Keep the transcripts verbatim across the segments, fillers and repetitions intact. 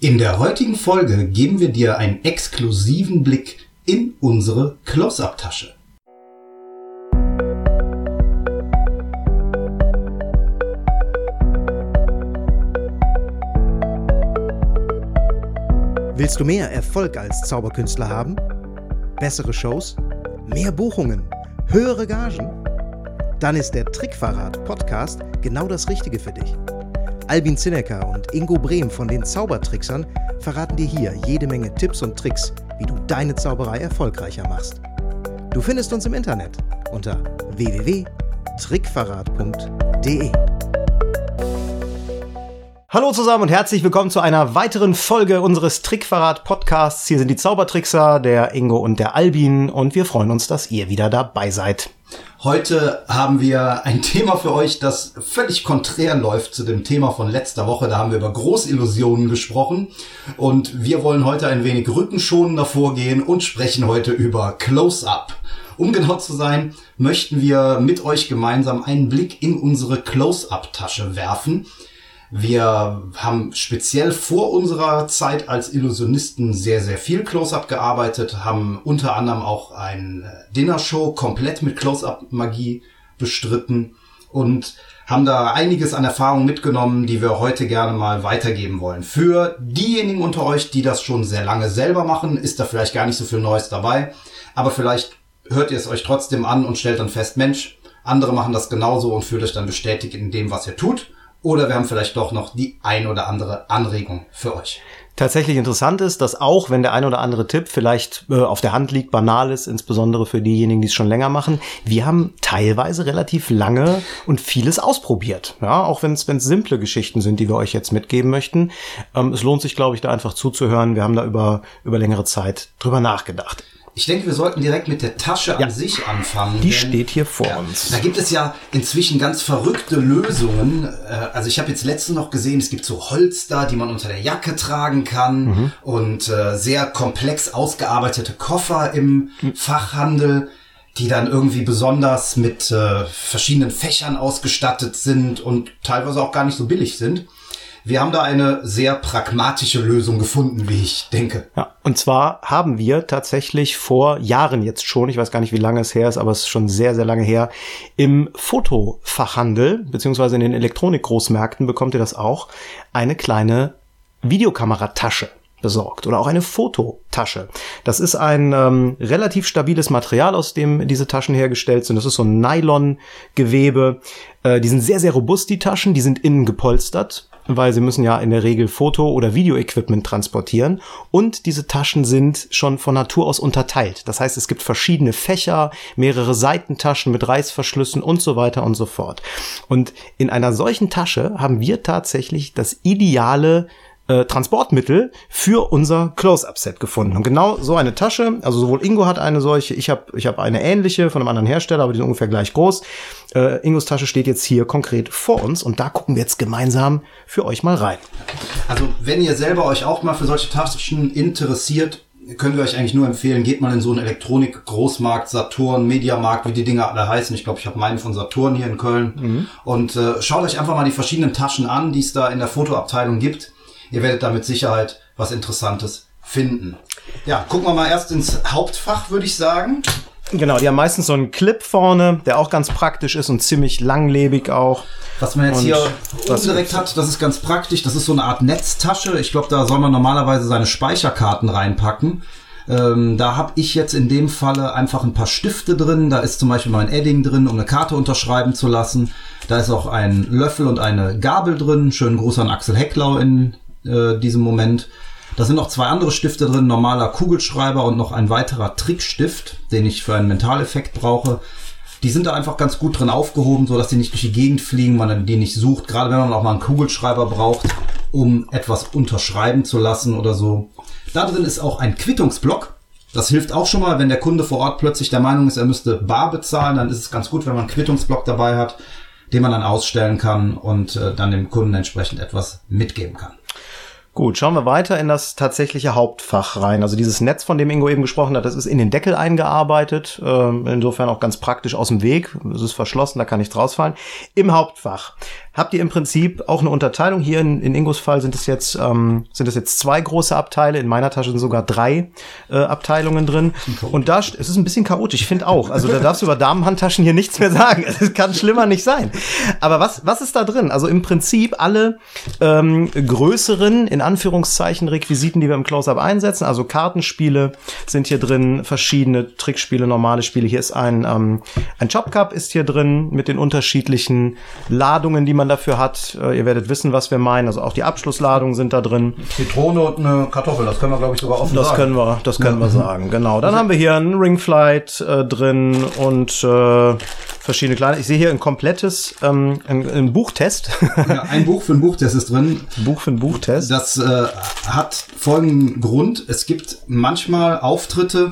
In der heutigen Folge geben wir dir einen exklusiven Blick in unsere Close-Up-Tasche. Willst du mehr Erfolg als Zauberkünstler haben? Bessere Shows? Mehr Buchungen? Höhere Gagen? Dann ist der Trickverrat-Podcast genau das Richtige für dich. Albin Zinecker und Ingo Brehm von den Zaubertricksern verraten dir hier jede Menge Tipps und Tricks, wie du deine Zauberei erfolgreicher machst. Du findest uns im Internet unter w w w punkt trickverrat punkt d e. Hallo zusammen und herzlich willkommen zu einer weiteren Folge unseres Trickverrat-Podcasts. Hier sind die Zaubertrickser, der Ingo und der Albin, und wir freuen uns, dass ihr wieder dabei seid. Heute haben wir ein Thema für euch, das völlig konträr läuft zu dem Thema von letzter Woche. Da haben wir über Großillusionen gesprochen und wir wollen heute ein wenig rückenschonender vorgehen und sprechen heute über Close-Up. Um genau zu sein, möchten wir mit euch gemeinsam einen Blick in unsere Close-Up-Tasche werfen. Wir haben speziell vor unserer Zeit als Illusionisten sehr, sehr viel Close-Up gearbeitet, haben unter anderem auch ein Dinnershow komplett mit Close-Up-Magie bestritten und haben da einiges an Erfahrung mitgenommen, die wir heute gerne mal weitergeben wollen. Für diejenigen unter euch, die das schon sehr lange selber machen, ist da vielleicht gar nicht so viel Neues dabei, aber vielleicht hört ihr es euch trotzdem an und stellt dann fest, Mensch, andere machen das genauso und fühlt euch dann bestätigt in dem, was ihr tut. Oder wir haben vielleicht doch noch die ein oder andere Anregung für euch. Tatsächlich interessant ist, dass auch, wenn der ein oder andere Tipp vielleicht äh, auf der Hand liegt, banal ist, insbesondere für diejenigen, die es schon länger machen, wir haben teilweise relativ lange und vieles ausprobiert. Ja, auch wenn es wenn es simple Geschichten sind, die wir euch jetzt mitgeben möchten. Ähm, es lohnt sich, glaube ich, da einfach zuzuhören. Wir haben da über über längere Zeit drüber nachgedacht. Ich denke, wir sollten direkt mit der Tasche ja. an sich anfangen. Die denn, steht hier vor ja, uns. Da gibt es ja inzwischen ganz verrückte Lösungen. Also ich habe jetzt letztens noch gesehen, es gibt so Holster, die man unter der Jacke tragen kann, mhm. und äh, sehr komplex ausgearbeitete Koffer im mhm. Fachhandel, die dann irgendwie besonders mit äh, verschiedenen Fächern ausgestattet sind und teilweise auch gar nicht so billig sind. Wir haben da eine sehr pragmatische Lösung gefunden, wie ich denke. Ja, und zwar haben wir tatsächlich vor Jahren jetzt schon, ich weiß gar nicht, wie lange es her ist, aber es ist schon sehr, sehr lange her, im Fotofachhandel, beziehungsweise in den Elektronikgroßmärkten bekommt ihr das auch, eine kleine Videokameratasche besorgt oder auch eine Fototasche. Das ist ein ähm, relativ stabiles Material, aus dem diese Taschen hergestellt sind. Das ist so ein Nylon-Gewebe. Äh, die sind sehr, sehr robust, die Taschen. Die sind innen gepolstert, weil sie müssen ja in der Regel Foto- oder Videoequipment transportieren. Und diese Taschen sind schon von Natur aus unterteilt. Das heißt, es gibt verschiedene Fächer, mehrere Seitentaschen mit Reißverschlüssen und so weiter und so fort. Und in einer solchen Tasche haben wir tatsächlich das ideale Äh, Transportmittel für unser Close-Up-Set gefunden. Und genau so eine Tasche, also sowohl Ingo hat eine solche, ich habe ich hab eine ähnliche von einem anderen Hersteller, aber die sind ungefähr gleich groß. Äh, Ingos Tasche steht jetzt hier konkret vor uns und da gucken wir jetzt gemeinsam für euch mal rein. Also wenn ihr selber euch auch mal für solche Taschen interessiert, können wir euch eigentlich nur empfehlen, geht mal in so einen Elektronik-Großmarkt, Saturn, Mediamarkt, wie die Dinger alle heißen. Ich glaube, ich habe meinen von Saturn hier in Köln. Mhm. Und äh, schaut euch einfach mal die verschiedenen Taschen an, die es da in der Fotoabteilung gibt. Ihr werdet da mit Sicherheit was Interessantes finden. Ja, gucken wir mal erst ins Hauptfach, würde ich sagen. Genau, die haben meistens so einen Clip vorne, der auch ganz praktisch ist und ziemlich langlebig auch. Was man jetzt und hier oben direkt hat, das ist ganz praktisch. Das ist so eine Art Netztasche. Ich glaube, da soll man normalerweise seine Speicherkarten reinpacken. Ähm, da habe ich jetzt in dem Falle einfach ein paar Stifte drin. Da ist zum Beispiel mein Edding drin, um eine Karte unterschreiben zu lassen. Da ist auch ein Löffel und eine Gabel drin. Schönen Gruß an Axel Hecklau in äh, diesem Moment. Da sind noch zwei andere Stifte drin, normaler Kugelschreiber und noch ein weiterer Trickstift, den ich für einen Mentaleffekt brauche. Die sind da einfach ganz gut drin aufgehoben, so dass die nicht durch die Gegend fliegen, man die nicht sucht. Gerade wenn man auch mal einen Kugelschreiber braucht, um etwas unterschreiben zu lassen oder so. Da drin ist auch ein Quittungsblock. Das hilft auch schon mal, wenn der Kunde vor Ort plötzlich der Meinung ist, er müsste bar bezahlen, dann ist es ganz gut, wenn man einen Quittungsblock dabei hat, den man dann ausstellen kann und äh, dann dem Kunden entsprechend etwas mitgeben kann. Gut, schauen wir weiter in das tatsächliche Hauptfach rein. Also dieses Netz, von dem Ingo eben gesprochen hat, das ist in den Deckel eingearbeitet. Ähm, insofern auch ganz praktisch aus dem Weg. Es ist verschlossen, da kann nichts rausfallen. Im Hauptfach habt ihr im Prinzip auch eine Unterteilung. Hier in, in Ingos Fall sind es jetzt ähm, sind es jetzt zwei große Abteile. In meiner Tasche sind sogar drei äh, Abteilungen drin. Und da es ist ein bisschen chaotisch. Ich finde auch. Also da darfst du über Damenhandtaschen hier nichts mehr sagen. Es kann schlimmer nicht sein. Aber was was ist da drin? Also im Prinzip alle ähm, größeren, in Anführungszeichen, Requisiten, die wir im Close-Up einsetzen. Also Kartenspiele sind hier drin, verschiedene Trickspiele, normale Spiele. Hier ist ein ähm, ein Chop Cup ist hier drin mit den unterschiedlichen Ladungen, die man dafür hat. Äh, ihr werdet wissen, was wir meinen. Also auch die Abschlussladungen sind da drin. Zitrone und eine Kartoffel, das können wir, glaube ich, sogar offen das sagen. Können wir, das können ja. wir sagen, genau. Dann haben wir hier einen Ringflight äh, drin und äh, verschiedene kleine. Ich sehe hier ein komplettes ähm, ein, ein Buchtest. Ja, ein Buch für einen Buchtest ist drin. Buch für einen Buchtest. Das äh, hat folgenden Grund. Es gibt manchmal Auftritte,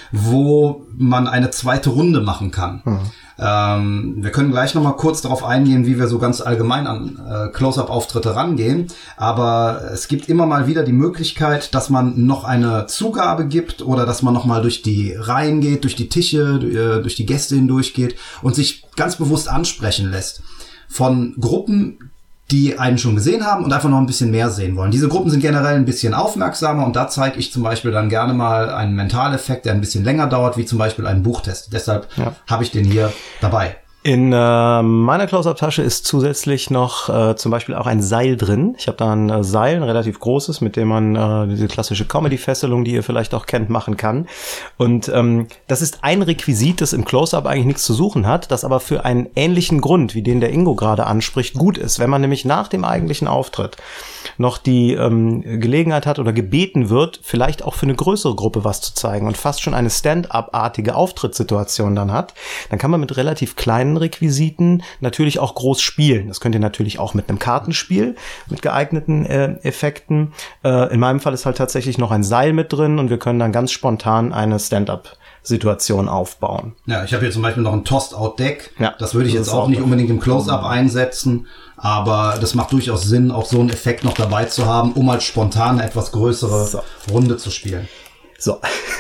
wo man eine zweite Runde machen kann. Hm. Ähm, wir können gleich noch mal kurz darauf eingehen, wie wir so ganz allgemein an äh, Close-Up-Auftritte rangehen. Aber es gibt immer mal wieder die Möglichkeit, dass man noch eine Zugabe gibt oder dass man noch mal durch die Reihen geht, durch die Tische, äh, durch die Gäste hindurch geht und sich ganz bewusst ansprechen lässt von Gruppen, die einen schon gesehen haben und einfach noch ein bisschen mehr sehen wollen. Diese Gruppen sind generell ein bisschen aufmerksamer und da zeige ich zum Beispiel dann gerne mal einen Mentaleffekt, der ein bisschen länger dauert, wie zum Beispiel einen Buchtest. Deshalb ja. habe ich den hier dabei. In äh, meiner Close-Up-Tasche ist zusätzlich noch äh, zum Beispiel auch ein Seil drin. Ich habe da ein äh, Seil, ein relativ großes, mit dem man äh, diese klassische Comedy-Fesselung, die ihr vielleicht auch kennt, machen kann. Und ähm, das ist ein Requisit, das im Close-Up eigentlich nichts zu suchen hat, das aber für einen ähnlichen Grund, wie den der Ingo gerade anspricht, gut ist. Wenn man nämlich nach dem eigentlichen Auftritt noch die ähm, Gelegenheit hat oder gebeten wird, vielleicht auch für eine größere Gruppe was zu zeigen und fast schon eine Stand-up-artige Auftrittssituation dann hat, dann kann man mit relativ kleinen Requisiten natürlich auch groß spielen. Das könnt ihr natürlich auch mit einem Kartenspiel, mit geeigneten äh, Effekten. Äh, in meinem Fall ist halt tatsächlich noch ein Seil mit drin und wir können dann ganz spontan eine Stand-up-Situation aufbauen. Ja, ich habe hier zum Beispiel noch ein Tossed-Out-Deck. Ja, das würde ich jetzt auch nicht unbedingt im Close-Up einsetzen, aber das macht durchaus Sinn, auch so einen Effekt noch dabei zu haben, um als spontan eine etwas größere so. Runde zu spielen. So.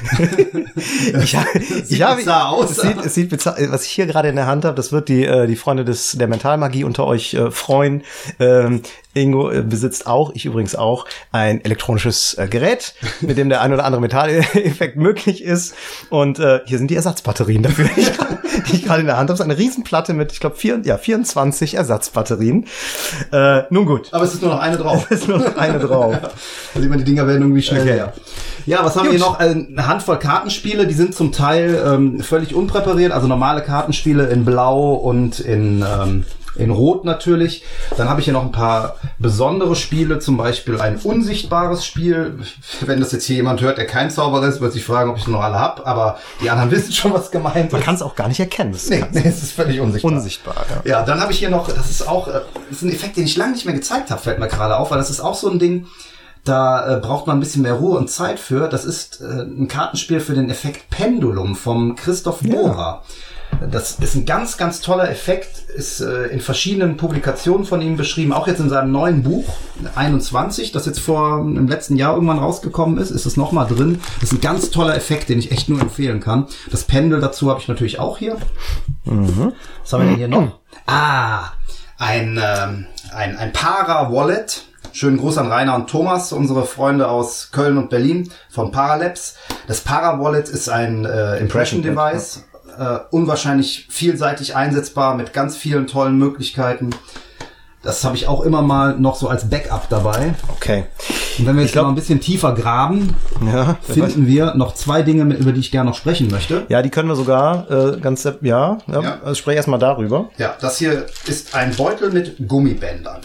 ich hab, sieht ich hab, bizarr aus. Es sieht, es sieht bizarr, was ich hier gerade in der Hand habe, das wird die äh, die Freunde des der Mentalmagie unter euch äh, freuen. Ähm, Ingo äh, besitzt auch, ich übrigens auch, ein elektronisches äh, Gerät, mit dem der ein oder andere Metalleffekt möglich ist. Und äh, hier sind die Ersatzbatterien dafür. Ich, die ich gerade in der Hand habe, ist eine Riesenplatte mit, ich glaube, vier, ja, vierundzwanzig Ersatzbatterien. Äh, nun gut. Aber es ist nur noch eine drauf. Es ist nur noch eine drauf. Da sieht man, die Dinger werden irgendwie schnell okay. leer. Ja, was haben Gut. wir hier noch? Eine Handvoll Kartenspiele, die sind zum Teil ähm, völlig unpräpariert, also normale Kartenspiele in Blau und in, ähm, in Rot natürlich. Dann habe ich hier noch ein paar besondere Spiele, zum Beispiel ein unsichtbares Spiel. Wenn das jetzt hier jemand hört, der kein Zauberer ist, wird sich fragen, ob ich noch alle habe, aber die anderen wissen schon, was gemeint ist. Man kann es auch gar nicht erkennen. Das nee, nee, es ist völlig unsichtbar. Unsichtbar, ja. Ja, dann habe ich hier noch, das ist auch, das ist ein Effekt, den ich lange nicht mehr gezeigt habe, fällt mir gerade auf, weil das ist auch so ein Ding, da äh, braucht man ein bisschen mehr Ruhe und Zeit für. Das ist äh, ein Kartenspiel für den Effekt Pendulum vom Christoph Bohrer. Ja. Das ist ein ganz, ganz toller Effekt, ist äh, in verschiedenen Publikationen von ihm beschrieben, auch jetzt in seinem neuen Buch einundzwanzig, das jetzt vor im letzten Jahr irgendwann rausgekommen ist, ist es nochmal drin. Das ist ein ganz toller Effekt, den ich echt nur empfehlen kann. Das Pendel dazu habe ich natürlich auch hier. Mhm. Was haben wir denn hier noch? Ah, ein, ähm, ein, ein Para-Wallet. Schönen Gruß an Rainer und Thomas, unsere Freunde aus Köln und Berlin von Paralabs. Das Para-Wallet ist ein äh, Impression-Device, äh, unwahrscheinlich vielseitig einsetzbar mit ganz vielen tollen Möglichkeiten. Das habe ich auch immer mal noch so als Backup dabei. Okay. Und wenn wir jetzt glaub, noch ein bisschen tiefer graben, ja, finden wir noch zwei Dinge, über die ich gerne noch sprechen möchte. Ja, die können wir sogar äh, ganz, ja, ja, ja. Also spreche erstmal darüber. Ja, das hier ist ein Beutel mit Gummibändern.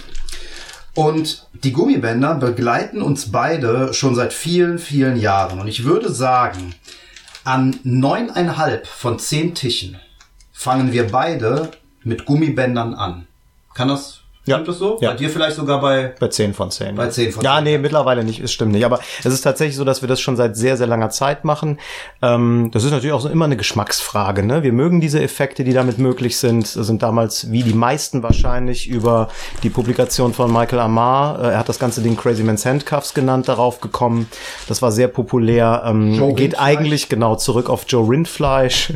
Und die Gummibänder begleiten uns beide schon seit vielen, vielen Jahren. Und ich würde sagen, an neuneinhalb von zehn Tischen fangen wir beide mit Gummibändern an. Kann das Ja. Stimmt das so? Ja. Bei dir vielleicht sogar bei... Bei zehn von zehn. Bei zehn von zehn. Ja, nee, mittlerweile nicht, es stimmt nicht. Aber es ist tatsächlich so, dass wir das schon seit sehr, sehr langer Zeit machen. Ähm, das ist natürlich auch so immer eine Geschmacksfrage, ne? Wir mögen diese Effekte, die damit möglich sind. Das sind damals, wie die meisten wahrscheinlich, über die Publikation von Michael Amar, äh, er hat das ganze Ding Crazy Man's Handcuffs genannt, darauf gekommen. Das war sehr populär. Ähm, Joe geht Rindfleisch. Eigentlich genau zurück auf Joe Rindfleisch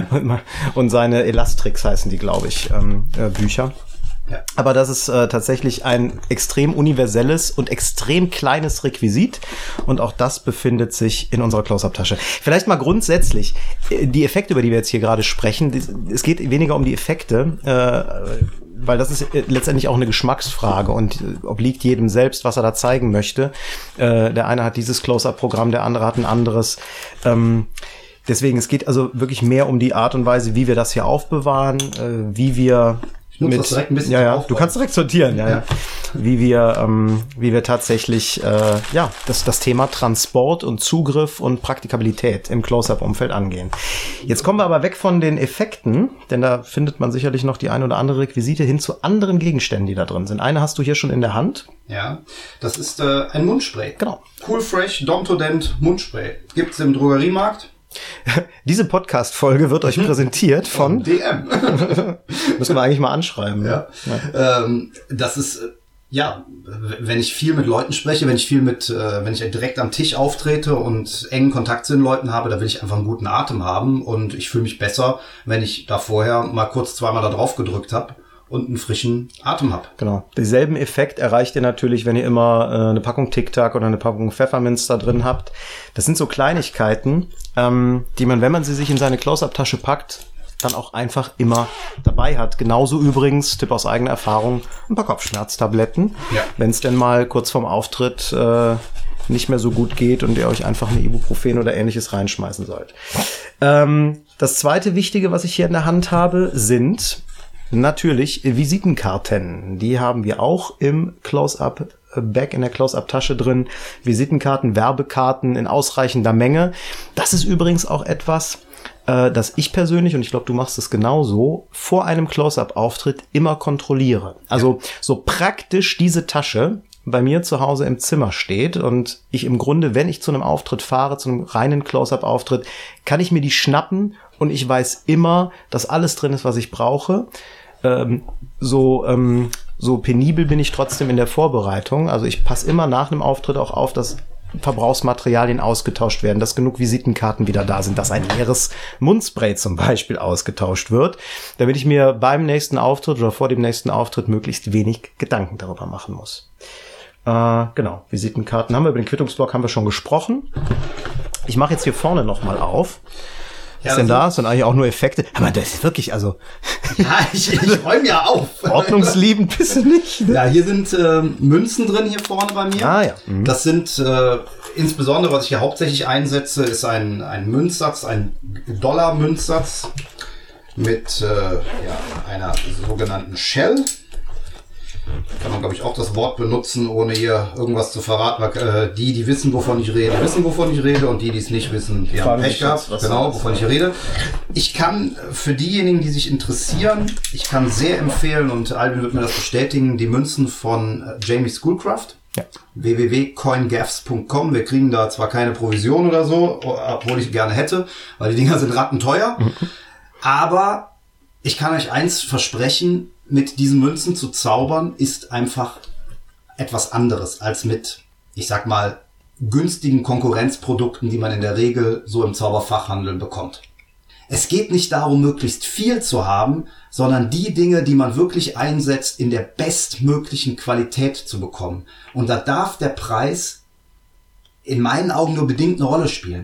und seine Elastrix heißen die, glaube ich, ähm, äh, Bücher. Ja. Aber das ist äh, tatsächlich ein extrem universelles und extrem kleines Requisit und auch das befindet sich in unserer Close-Up-Tasche. Vielleicht mal grundsätzlich, die Effekte, über die wir jetzt hier gerade sprechen, es geht weniger um die Effekte, äh, weil das ist letztendlich auch eine Geschmacksfrage und obliegt jedem selbst, was er da zeigen möchte. Äh, der eine hat dieses Close-Up-Programm, der andere hat ein anderes. Ähm, deswegen, es geht also wirklich mehr um die Art und Weise, wie wir das hier aufbewahren, äh, wie wir mit, das direkt ein bisschen ja, ja, du kannst direkt sortieren, ja, ja. ja. Wie wir, ähm, wie wir tatsächlich, äh, ja, das, das Thema Transport und Zugriff und Praktikabilität im Close-Up-Umfeld angehen. Jetzt kommen wir aber weg von den Effekten, denn da findet man sicherlich noch die ein oder andere Requisite hin zu anderen Gegenständen, die da drin sind. Eine hast du hier schon in der Hand. Ja, das ist äh, ein Mundspray. Genau. Cool Fresh Domtodent Mundspray. Gibt's im Drogeriemarkt. Diese Podcast-Folge wird euch präsentiert von D M. Müssen wir eigentlich mal anschreiben. Ja. ja. Ähm, das ist, ja, wenn ich viel mit Leuten spreche, wenn ich viel mit, äh, wenn ich direkt am Tisch auftrete und engen Kontakt zu den Leuten habe, da will ich einfach einen guten Atem haben und ich fühle mich besser, wenn ich da vorher mal kurz zweimal da drauf gedrückt habe und einen frischen Atem hab. Genau. Denselben Effekt erreicht ihr natürlich, wenn ihr immer äh, eine Packung Tic Tac oder eine Packung Pfefferminz da drin habt. Das sind so Kleinigkeiten, ähm, die man, wenn man sie sich in seine Close-Up-Tasche packt, dann auch einfach immer dabei hat. Genauso übrigens, Tipp aus eigener Erfahrung, ein paar Kopfschmerztabletten. Ja. Wenn es denn mal kurz vorm Auftritt äh, nicht mehr so gut geht und ihr euch einfach eine Ibuprofen oder ähnliches reinschmeißen sollt. Ähm, das zweite Wichtige, was ich hier in der Hand habe, sind natürlich Visitenkarten. Die haben wir auch im Close-Up-Bag, in der Close-Up-Tasche drin. Visitenkarten, Werbekarten in ausreichender Menge. Das ist übrigens auch etwas, äh, das ich persönlich, und ich glaube, du machst es genauso, vor einem Close-Up-Auftritt immer kontrolliere. Also ja. so praktisch diese Tasche bei mir zu Hause im Zimmer steht und ich im Grunde, wenn ich zu einem Auftritt fahre, zu einem reinen Close-Up-Auftritt, kann ich mir die schnappen und ich weiß immer, dass alles drin ist, was ich brauche. Ähm, so, ähm, so penibel bin ich trotzdem in der Vorbereitung. Also ich passe immer nach einem Auftritt auch auf, dass Verbrauchsmaterialien ausgetauscht werden, dass genug Visitenkarten wieder da sind, dass ein leeres Mundspray zum Beispiel ausgetauscht wird, damit ich mir beim nächsten Auftritt oder vor dem nächsten Auftritt möglichst wenig Gedanken darüber machen muss. Äh, genau, Visitenkarten haben wir, über den Quittungsblock haben wir schon gesprochen. Ich mache jetzt hier vorne nochmal auf. Was ja, ist denn da? Das sind eigentlich auch nur Effekte. Aber das ist wirklich, also... Ja, ich, ich räume ja auf. Ordnungsliebend bist du nicht. Ne? Ja, hier sind äh, Münzen drin hier vorne bei mir. Ah ja. Mhm. Das sind äh, insbesondere, was ich hier hauptsächlich einsetze, ist ein, ein Münzsatz, ein Dollar-Münzsatz mit äh, ja, einer sogenannten Shell. Kann man, glaube ich, auch das Wort benutzen, ohne hier irgendwas zu verraten. Weil, äh, die, die wissen, wovon ich rede, wissen, wovon ich rede. Und die, die es nicht wissen, die haben Pech gehabt. Genau, wovon ich rede. Ich kann für diejenigen, die sich interessieren, ich kann sehr empfehlen, und Albin wird mir das bestätigen, die Münzen von äh, Jamie Schoolcraft. Ja. w w w punkt coingaffs punkt com. Wir kriegen da zwar keine Provision oder so, obwohl ich gerne hätte, weil die Dinger sind rattenteuer. Mhm. Aber ich kann euch eins versprechen, mit diesen Münzen zu zaubern, ist einfach etwas anderes als mit, ich sag mal, günstigen Konkurrenzprodukten, die man in der Regel so im Zauberfachhandel bekommt. Es geht nicht darum, möglichst viel zu haben, sondern die Dinge, die man wirklich einsetzt, in der bestmöglichen Qualität zu bekommen. Und da darf der Preis in meinen Augen nur bedingt eine Rolle spielen.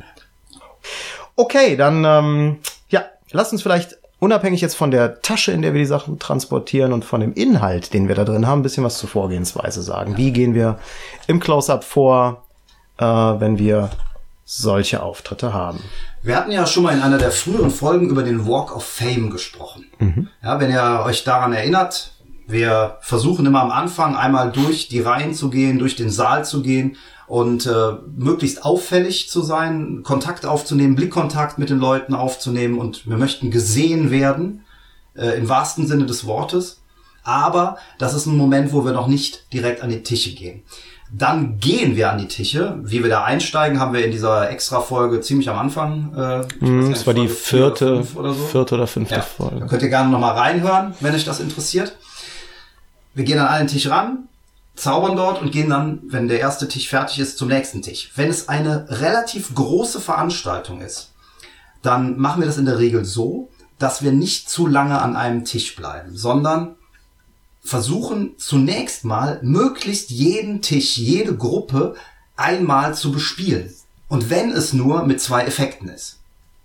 Okay, dann, ähm, ja, lasst uns vielleicht unabhängig jetzt von der Tasche, in der wir die Sachen transportieren und von dem Inhalt, den wir da drin haben, ein bisschen was zur Vorgehensweise sagen. Wie gehen wir im Close-Up vor, äh, wenn wir solche Auftritte haben? Wir hatten ja schon mal in einer der früheren Folgen über den Walk of Fame gesprochen. Mhm. Ja, wenn ihr euch daran erinnert, wir versuchen immer am Anfang einmal durch die Reihen zu gehen, durch den Saal zu gehen und äh, möglichst auffällig zu sein, Kontakt aufzunehmen, Blickkontakt mit den Leuten aufzunehmen, und wir möchten gesehen werden, äh, im wahrsten Sinne des Wortes. Aber das ist ein Moment, wo wir noch nicht direkt an die Tische gehen. Dann gehen wir an die Tische. Wie wir da einsteigen, haben wir in dieser Extra-Folge ziemlich am Anfang. Äh, mm, das war die vierte oder, so. vierte oder fünfte ja, Folge. Da könnt ihr gerne nochmal reinhören, wenn euch das interessiert. Wir gehen an einen Tisch ran, zaubern dort und gehen dann, wenn der erste Tisch fertig ist, zum nächsten Tisch. Wenn es eine relativ große Veranstaltung ist, dann machen wir das in der Regel so, dass wir nicht zu lange an einem Tisch bleiben, sondern versuchen zunächst mal möglichst jeden Tisch, jede Gruppe einmal zu bespielen. Und wenn es nur mit zwei Effekten ist.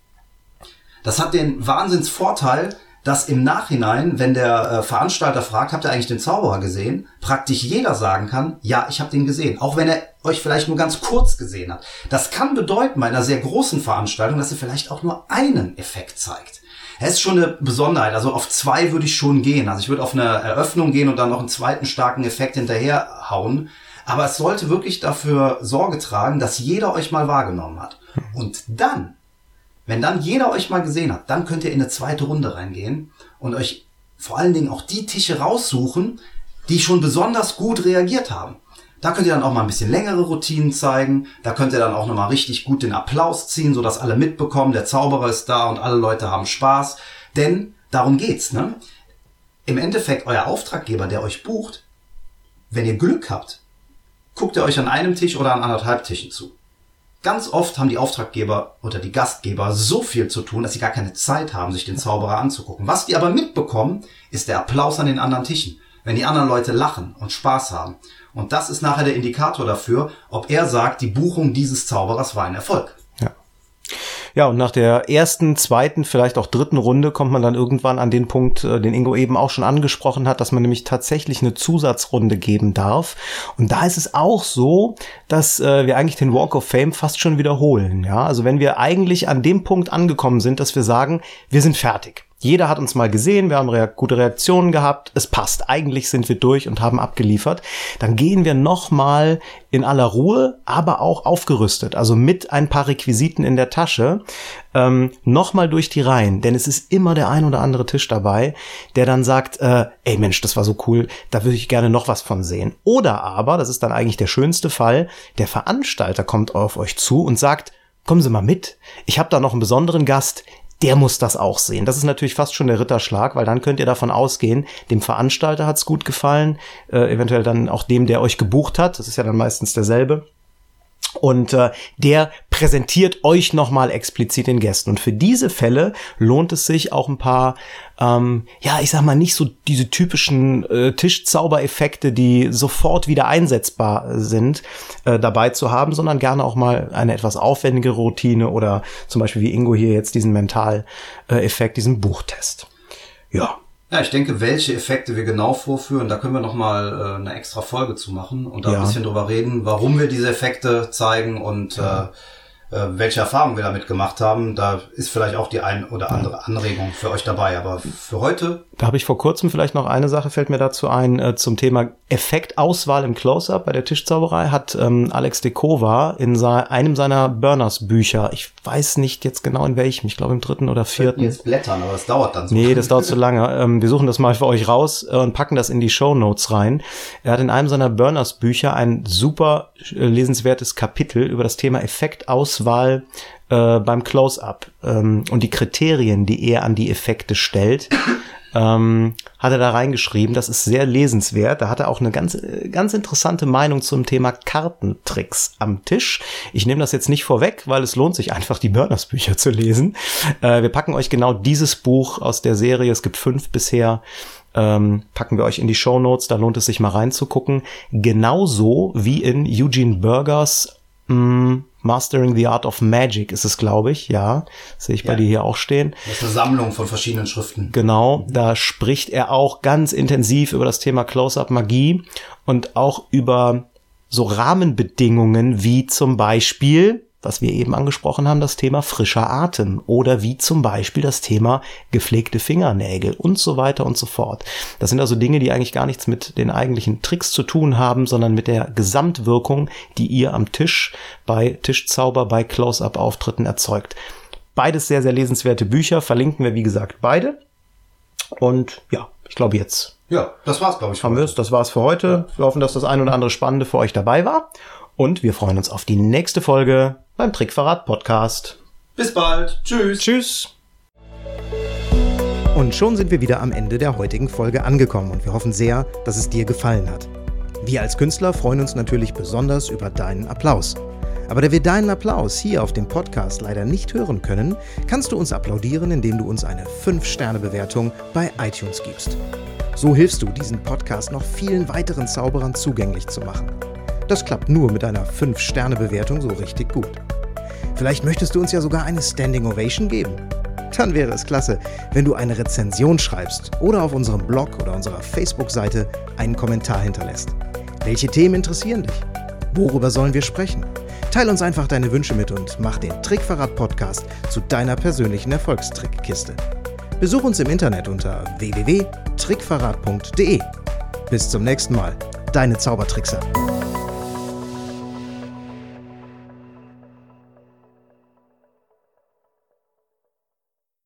Das hat den Wahnsinnsvorteil, dass im Nachhinein, wenn der äh, Veranstalter fragt, habt ihr eigentlich den Zauberer gesehen, praktisch jeder sagen kann, ja, ich habe den gesehen. Auch wenn er euch vielleicht nur ganz kurz gesehen hat. Das kann bedeuten bei einer sehr großen Veranstaltung, dass ihr vielleicht auch nur einen Effekt zeigt. Es ist schon eine Besonderheit. Also auf zwei würde ich schon gehen. Also ich würde auf eine Eröffnung gehen und dann noch einen zweiten starken Effekt hinterher hauen. Aber es sollte wirklich dafür Sorge tragen, dass jeder euch mal wahrgenommen hat. Und dann, wenn dann jeder euch mal gesehen hat, dann könnt ihr in eine zweite Runde reingehen und euch vor allen Dingen auch die Tische raussuchen, die schon besonders gut reagiert haben. Da könnt ihr dann auch mal ein bisschen längere Routinen zeigen. Da könnt ihr dann auch nochmal richtig gut den Applaus ziehen, sodass alle mitbekommen, der Zauberer ist da und alle Leute haben Spaß. Denn darum geht's, ne? Im Endeffekt, euer Auftraggeber, der euch bucht, wenn ihr Glück habt, guckt ihr euch an einem Tisch oder an anderthalb Tischen zu. Ganz oft haben die Auftraggeber oder die Gastgeber so viel zu tun, dass sie gar keine Zeit haben, sich den Zauberer anzugucken. Was die aber mitbekommen, ist der Applaus an den anderen Tischen. Wenn die anderen Leute lachen und Spaß haben. Und das ist nachher der Indikator dafür, ob er sagt, die Buchung dieses Zauberers war ein Erfolg. Ja. Ja, und nach der ersten, zweiten, vielleicht auch dritten Runde kommt man dann irgendwann an den Punkt, den Ingo eben auch schon angesprochen hat, dass man nämlich tatsächlich eine Zusatzrunde geben darf. Und da ist es auch so, dass äh, wir eigentlich den Walk of Fame fast schon wiederholen. Ja, also wenn wir eigentlich an dem Punkt angekommen sind, dass wir sagen, wir sind fertig. Jeder hat uns mal gesehen, wir haben rea- gute Reaktionen gehabt, es passt, eigentlich sind wir durch und haben abgeliefert. Dann gehen wir nochmal in aller Ruhe, aber auch aufgerüstet, also mit ein paar Requisiten in der Tasche, ähm, nochmal durch die Reihen. Denn es ist immer der ein oder andere Tisch dabei, der dann sagt, äh, ey Mensch, das war so cool, da würde ich gerne noch was von sehen. Oder aber, das ist dann eigentlich der schönste Fall, der Veranstalter kommt auf euch zu und sagt, kommen Sie mal mit, ich habe da noch einen besonderen Gast, der muss das auch sehen. Das ist natürlich fast schon der Ritterschlag, weil dann könnt ihr davon ausgehen, dem Veranstalter hat's gut gefallen, äh, eventuell dann auch dem, der euch gebucht hat, das ist ja dann meistens derselbe. Und äh, der präsentiert euch nochmal explizit den Gästen. Und für diese Fälle lohnt es sich auch ein paar, ähm, ja, ich sag mal, nicht so diese typischen äh, Tischzaubereffekte, die sofort wieder einsetzbar sind, äh, dabei zu haben, sondern gerne auch mal eine etwas aufwendigere Routine oder zum Beispiel wie Ingo hier jetzt diesen Mental-Effekt, diesen Buchtest. Ja. Ja, ich denke, welche Effekte wir genau vorführen, da können wir nochmal äh, eine extra Folge zu machen und da ja. ein bisschen drüber reden, warum wir diese Effekte zeigen und ja. äh, äh, welche Erfahrungen wir damit gemacht haben. Da ist vielleicht auch die ein oder andere ja. Anregung für euch dabei, aber für heute... Da habe ich vor kurzem vielleicht noch eine Sache, fällt mir dazu ein, äh, zum Thema Effektauswahl im Close-Up bei der Tischzauberei hat ähm, Alex de Kova in sa- einem seiner Burners-Bücher, ich weiß nicht jetzt genau in welchem, ich glaube im dritten oder vierten. Wir jetzt blättern, aber das dauert dann so. Nee, das dauert zu lange. Ähm, wir suchen das mal für euch raus äh, und packen das in die Shownotes rein. Er hat in einem seiner Burners-Bücher ein super äh, lesenswertes Kapitel über das Thema Effektauswahl äh, beim Close-Up ähm, und die Kriterien, die er an die Effekte stellt. Ähm, hat er da reingeschrieben, das ist sehr lesenswert. Da hat er auch eine ganz, ganz interessante Meinung zum Thema Kartentricks am Tisch. Ich nehme das jetzt nicht vorweg, weil es lohnt sich einfach, die Burners-Bücher zu lesen. Äh, wir packen euch genau dieses Buch aus der Serie, es gibt fünf bisher, ähm, packen wir euch in die Shownotes, da lohnt es sich mal reinzugucken. Genauso wie in Eugene Burgers mh, Mastering the Art of Magic ist es, glaube ich, ja, sehe ich bei ja. dir hier auch stehen. Das ist eine Sammlung von verschiedenen Schriften. Genau, da spricht er auch ganz intensiv über das Thema Close-Up-Magie und auch über so Rahmenbedingungen wie zum Beispiel, was wir eben angesprochen haben, das Thema frischer Atem oder wie zum Beispiel das Thema gepflegte Fingernägel und so weiter und so fort. Das sind also Dinge, die eigentlich gar nichts mit den eigentlichen Tricks zu tun haben, sondern mit der Gesamtwirkung, die ihr am Tisch bei Tischzauber, bei Close-Up-Auftritten erzeugt. Beides sehr, sehr lesenswerte Bücher, verlinken wir wie gesagt beide. Und ja, ich glaube jetzt. Ja, das war's, glaube ich. Haben wir es, das war's für heute. Wir hoffen, dass das ein oder andere Spannende für euch dabei war. Und wir freuen uns auf die nächste Folge beim Trickverrat Podcast. Bis bald. Tschüss. Tschüss. Und schon sind wir wieder am Ende der heutigen Folge angekommen und wir hoffen sehr, dass es dir gefallen hat. Wir als Künstler freuen uns natürlich besonders über deinen Applaus. Aber da wir deinen Applaus hier auf dem Podcast leider nicht hören können, kannst du uns applaudieren, indem du uns eine fünf Sterne Bewertung bei iTunes gibst. So hilfst du, diesen Podcast noch vielen weiteren Zauberern zugänglich zu machen. Das klappt nur mit einer fünf Sterne Bewertung so richtig gut. Vielleicht möchtest du uns ja sogar eine Standing Ovation geben. Dann wäre es klasse, wenn du eine Rezension schreibst oder auf unserem Blog oder unserer Facebook-Seite einen Kommentar hinterlässt. Welche Themen interessieren dich? Worüber sollen wir sprechen? Teil uns einfach deine Wünsche mit und mach den Trickverrat-Podcast zu deiner persönlichen Erfolgstrickkiste. Besuch uns im Internet unter w w w punkt trickverrat punkt d e. Bis zum nächsten Mal, deine Zaubertrickser.